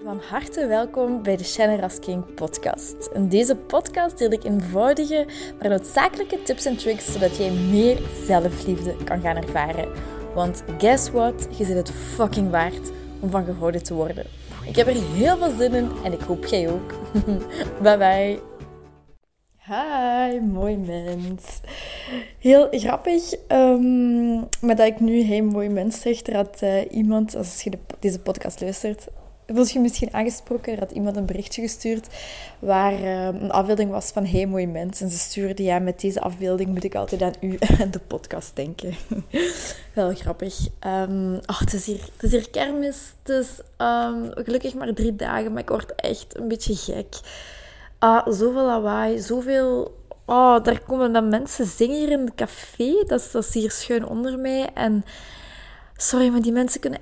Van harte welkom bij de Shine as King podcast. In deze podcast deel ik eenvoudige, maar noodzakelijke tips en tricks zodat jij meer zelfliefde kan gaan ervaren. Want guess what? Je zit het fucking waard om van gehouden te worden. Ik heb er heel veel zin in en ik hoop jij ook. Bye bye. Hi, mooi mens. Heel grappig, maar dat ik nu hey, mooi mens zeg, er had iemand, als je deze podcast luistert, wil je misschien aangesproken, er had iemand een berichtje gestuurd waar een afbeelding was van hey, mooi mens. En ze stuurde, ja, met deze afbeelding moet ik altijd aan u en de podcast denken. Wel grappig. Het is hier kermis, het is gelukkig maar 3 dagen, maar ik word echt een beetje gek. Zoveel lawaai, zoveel... daar komen dan mensen zingen hier in het café. Dat is hier schuin onder mij. En sorry, maar die mensen kunnen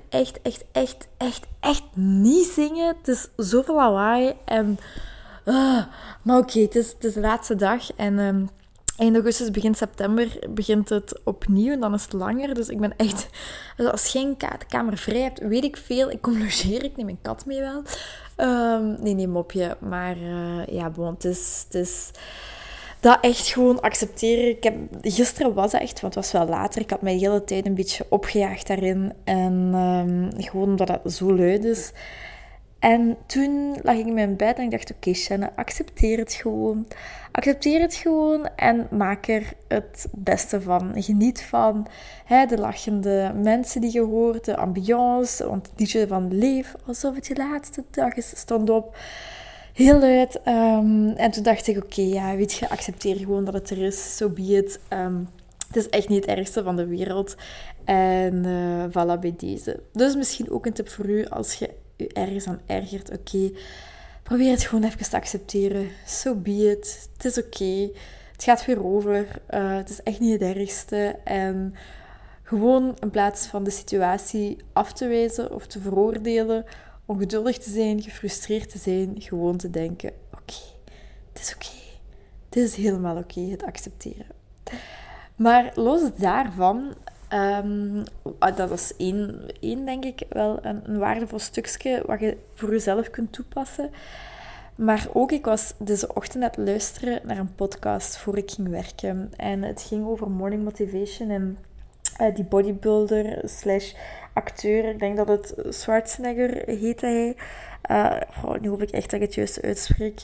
echt niet zingen. Het is zoveel lawaai. En, maar oké, het is de laatste dag. En eind augustus, begin september begint het opnieuw. En dan is het langer. Dus ik ben echt... Dus als je geen kamer vrij hebt, weet ik veel. Ik kom logeren. Ik neem mijn kat mee wel. Nee, mopje. Maar het is dat echt gewoon accepteren. Gisteren was het echt, want het was wel later. Ik had mij de hele tijd een beetje opgejaagd daarin. En gewoon omdat het zo luid is. En toen lag ik in mijn bed en ik dacht, oké, Shanna, accepteer het gewoon. Accepteer het gewoon en maak er het beste van. Geniet van de lachende mensen die je hoort, de ambiance, want het liedje van Leef, alsof het je laatste dag is, stond op. Heel luid. En toen dacht ik, oké, weet je, accepteer gewoon dat het er is. So be it. Het is echt niet het ergste van de wereld. En voilà, bij deze. Dus misschien ook een tip voor u als je je ergens aan ergert. Oké, probeer het gewoon even te accepteren. So be it. Het is oké. Het gaat weer over. Het is echt niet het ergste. En gewoon in plaats van de situatie af te wijzen of te veroordelen, ongeduldig te zijn, gefrustreerd te zijn, gewoon te denken, oké, het is oké. Het is helemaal oké, het accepteren. Maar los daarvan, dat is één, denk ik, wel een waardevol stukje wat je voor jezelf kunt toepassen. Maar ook, ik was deze ochtend aan het luisteren naar een podcast voor ik ging werken. En het ging over morning motivation en die bodybuilder / acteur, ik denk dat het Schwarzenegger heette hij. Nu hoop ik echt dat ik het juist uitspreek.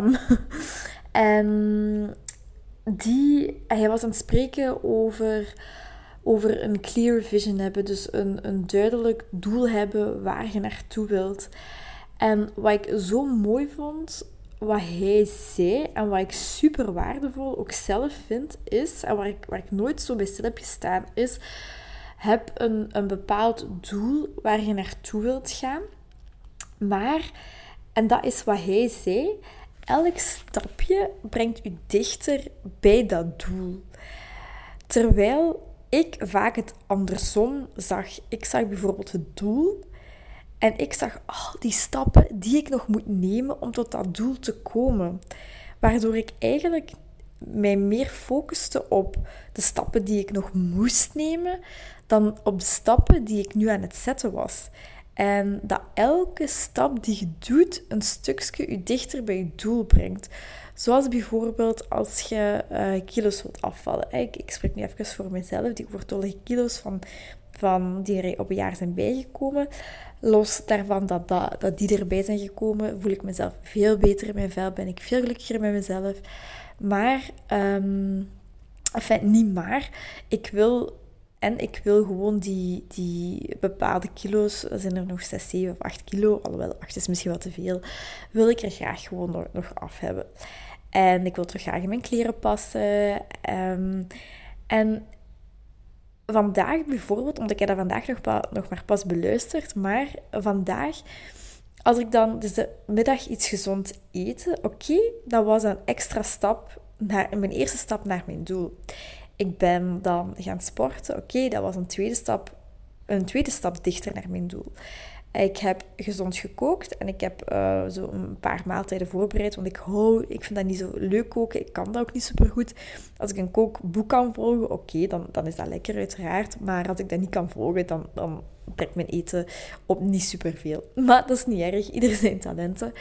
En hij was aan het spreken over een clear vision hebben. Dus een duidelijk doel hebben waar je naartoe wilt. En wat ik zo mooi vond, wat hij zei en wat ik super waardevol ook zelf vind, is, en waar ik nooit zo bij stil heb gestaan, is: heb een bepaald doel waar je naartoe wilt gaan. Maar, en dat is wat hij zei, elk stapje brengt u dichter bij dat doel. Terwijl ik vaak het andersom zag. Ik zag bijvoorbeeld het doel en ik zag al die stappen die ik nog moet nemen om tot dat doel te komen. Waardoor ik eigenlijk mij meer focuste op de stappen die ik nog moest nemen, dan op de stappen die ik nu aan het zetten was. En dat elke stap die je doet, een stukje je dichter bij je doel brengt. Zoals bijvoorbeeld als je kilo's wilt afvallen. Ik spreek nu even voor mezelf, die overtollige kilo's van die er op een jaar zijn bijgekomen. Los daarvan dat die erbij zijn gekomen, voel ik mezelf veel beter in mijn vel, ben ik veel gelukkiger met mezelf. Maar, niet maar, ik wil gewoon die bepaalde kilo's, er zijn er nog 6, 7 of 8 kilo, alhoewel 8 is misschien wel te veel, wil ik er graag gewoon nog af hebben. En ik wil terug graag in mijn kleren passen. En vandaag bijvoorbeeld, omdat ik dat vandaag nog maar pas beluisterd, maar vandaag, als ik dan dus de middag iets gezond eten, dat was een extra stap, mijn eerste stap naar mijn doel. Ik ben dan gaan sporten, dat was een tweede stap dichter naar mijn doel. Ik heb gezond gekookt en ik heb zo een paar maaltijden voorbereid. Want ik vind dat niet zo leuk koken. Ik kan dat ook niet super goed. Als ik een kookboek kan volgen, oké, dan is dat lekker uiteraard. Maar als ik dat niet kan volgen, dan trekt mijn eten op niet superveel. Maar dat is niet erg, ieder zijn talenten.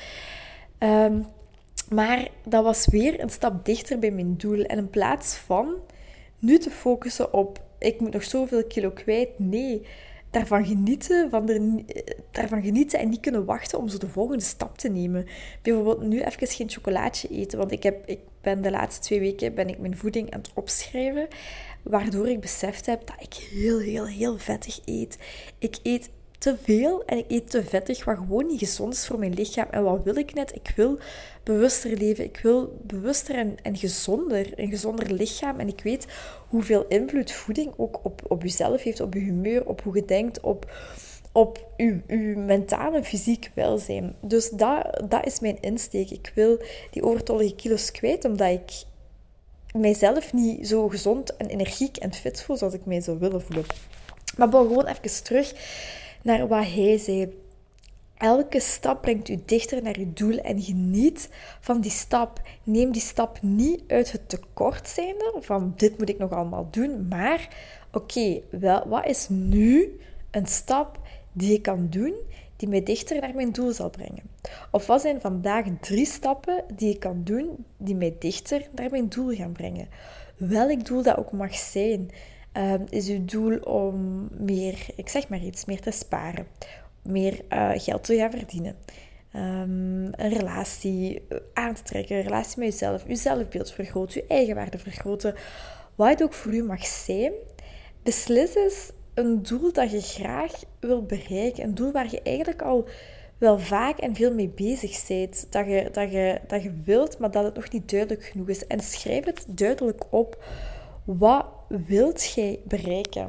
Maar dat was weer een stap dichter bij mijn doel. En in plaats van nu te focussen op, ik moet nog zoveel kilo kwijt. Nee, daarvan genieten en niet kunnen wachten om zo de volgende stap te nemen. Bijvoorbeeld nu even geen chocolaatje eten. Want ik ben de laatste 2 weken mijn voeding aan het opschrijven. Waardoor ik beseft heb dat ik heel, heel, heel vettig eet. Ik eet te veel en ik eet te vettig, wat gewoon niet gezond is voor mijn lichaam. En wat wil ik net? Ik wil bewuster leven. Ik wil bewuster en gezonder. Een gezonder lichaam. En ik weet hoeveel invloed voeding ook op jezelf heeft, op je humeur, op hoe je denkt, op je mentale en fysiek welzijn. Dus dat is mijn insteek. Ik wil die overtollige kilo's kwijt, omdat ik mijzelf niet zo gezond en energiek en fit voel zoals ik mij zou willen voelen. Maar gewoon even terug naar wat hij zei. Elke stap brengt u dichter naar uw doel en geniet van die stap. Neem die stap niet uit het tekortzijnde van dit moet ik nog allemaal doen, maar oké, wat is nu een stap die ik kan doen die mij dichter naar mijn doel zal brengen? Of wat zijn vandaag 3 stappen die ik kan doen die mij dichter naar mijn doel gaan brengen? Welk doel dat ook mag zijn. Is uw doel om meer, ik zeg maar iets, meer te sparen, meer geld te gaan verdienen, een relatie aan te trekken, een relatie met jezelf, je zelfbeeld vergroten, je eigenwaarde vergroten, wat het ook voor u mag zijn. Beslis eens een doel dat je graag wil bereiken, een doel waar je eigenlijk al wel vaak en veel mee bezig bent, dat je wilt, maar dat het nog niet duidelijk genoeg is. En schrijf het duidelijk op. Wat wilt jij bereiken?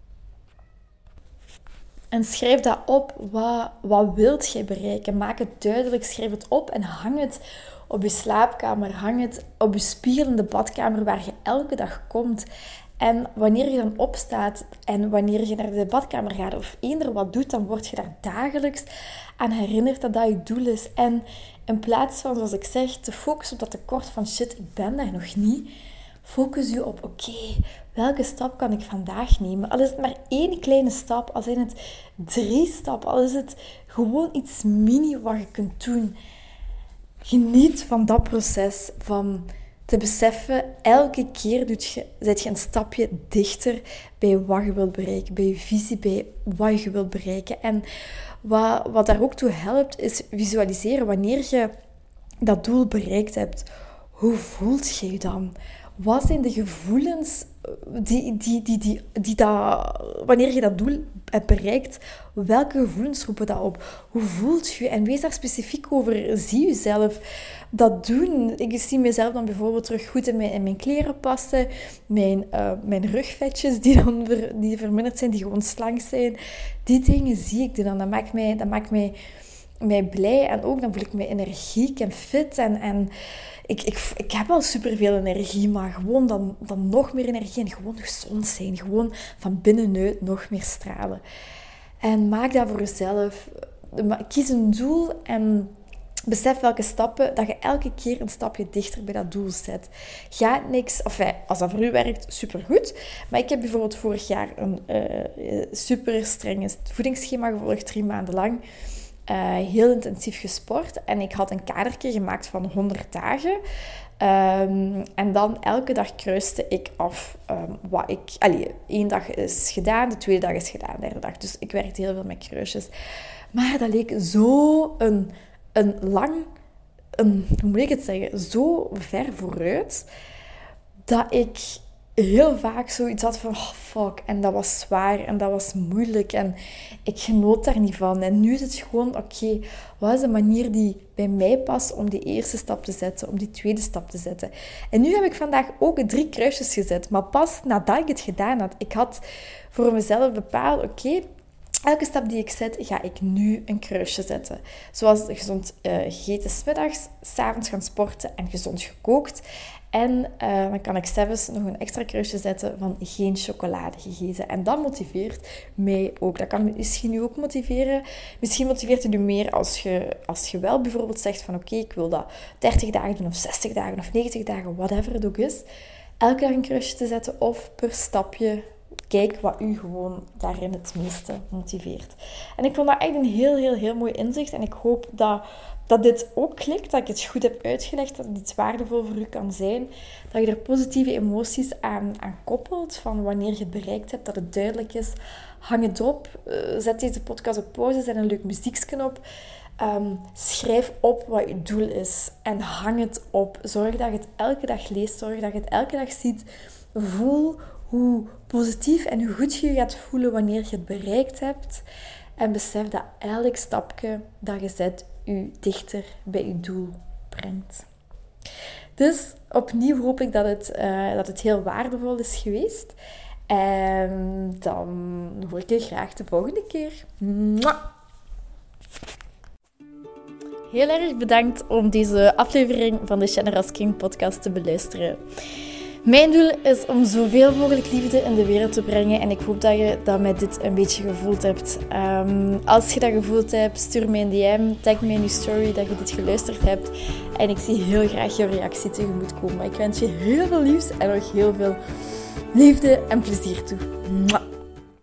En schrijf dat op. Wat wilt jij bereiken? Maak het duidelijk, schrijf het op en hang het op je slaapkamer. Hang het op je spiegel in de badkamer waar je elke dag komt. En wanneer je dan opstaat en wanneer je naar de badkamer gaat of eender wat doet, dan word je daar dagelijks aan herinnerd dat dat je doel is. En in plaats van, zoals ik zeg, te focussen op dat tekort van shit, ik ben daar nog niet. Focus je op, oké, welke stap kan ik vandaag nemen? Al is het maar 1 kleine stap, al zijn het 3 stappen, al is het gewoon iets mini wat je kunt doen. Geniet van dat proces, van te beseffen, elke keer zet je een stapje dichter bij wat je wilt bereiken, bij je visie, bij wat je wilt bereiken. En wat daar ook toe helpt, is visualiseren wanneer je dat doel bereikt hebt. Hoe voelt je je dan? Wat zijn de gevoelens wanneer je dat doel hebt bereikt, welke gevoelens roepen dat op? Hoe voelt je? En wees daar specifiek over. Zie jezelf dat doen. Ik zie mezelf dan bijvoorbeeld terug goed in mijn kleren passen, mijn rugvetjes die verminderd zijn, die gewoon slank zijn. Die dingen zie ik dan. Dat maakt mij blij en ook dan voel ik me energiek en fit en ik heb al superveel energie, maar gewoon dan nog meer energie en gewoon gezond zijn. Gewoon van binnenuit nog meer stralen. En maak dat voor jezelf. Kies een doel en besef welke stappen, dat je elke keer een stapje dichter bij dat doel zet. Ga niks, als dat voor u werkt, supergoed. Maar ik heb bijvoorbeeld vorig jaar een super strenge voedingsschema gevolgd, 3 maanden lang. Heel intensief gesport en ik had een kadertje gemaakt van 100 dagen. En dan elke dag kruiste ik af wat ik... 1 dag is gedaan, de tweede dag is gedaan, de derde dag. Dus ik werkte heel veel met kruisjes. Maar dat leek zo een lang... hoe moet ik het zeggen? Zo ver vooruit dat ik heel vaak zoiets had van, oh fuck, en dat was zwaar en dat was moeilijk en ik genoot daar niet van. En nu is het gewoon, oké, wat is de manier die bij mij past om die eerste stap te zetten, om die tweede stap te zetten. En nu heb ik vandaag ook 3 kruisjes gezet, maar pas nadat ik het gedaan had. Ik had voor mezelf bepaald, oké, elke stap die ik zet, ga ik nu een kruisje zetten. Zoals gezond gegeten 's middags, 's avonds gaan sporten en gezond gekookt. En dan kan ik zelfs nog een extra kruisje zetten van geen chocolade gegeten. En dat motiveert mij ook. Dat kan misschien u ook motiveren. Misschien motiveert het u meer als je wel bijvoorbeeld zegt van oké, ik wil dat 30 dagen doen of 60 dagen of 90 dagen, whatever het ook is. Elke dag een kruisje te zetten of per stapje. Kijk wat u gewoon daarin het meeste motiveert. En ik vond dat echt een heel, heel, heel mooi inzicht. En ik hoop dat dit ook klikt, dat ik het goed heb uitgelegd, dat dit waardevol voor u kan zijn. Dat je er positieve emoties aan koppelt, van wanneer je het bereikt hebt, dat het duidelijk is. Hang het op, zet deze podcast op pauze, zet een leuk muziekje op. Schrijf op wat je doel is en hang het op. Zorg dat je het elke dag leest, zorg dat je het elke dag ziet. Voel hoe positief en hoe goed je je gaat voelen wanneer je het bereikt hebt. En besef dat elk stapje dat je zet je dichter bij je doel brengt. Dus opnieuw hoop ik dat het heel waardevol is geweest. En dan hoor ik je graag de volgende keer. Mwah! Heel erg bedankt om deze aflevering van de Generous King podcast te beluisteren. Mijn doel is om zoveel mogelijk liefde in de wereld te brengen en ik hoop dat je dat met dit een beetje gevoeld hebt. Als je dat gevoeld hebt, stuur mij een DM, tag me in je story dat je dit geluisterd hebt en ik zie heel graag jouw reactie tegemoetkomen. Ik wens je heel veel liefs en nog heel veel liefde en plezier toe. Mwah.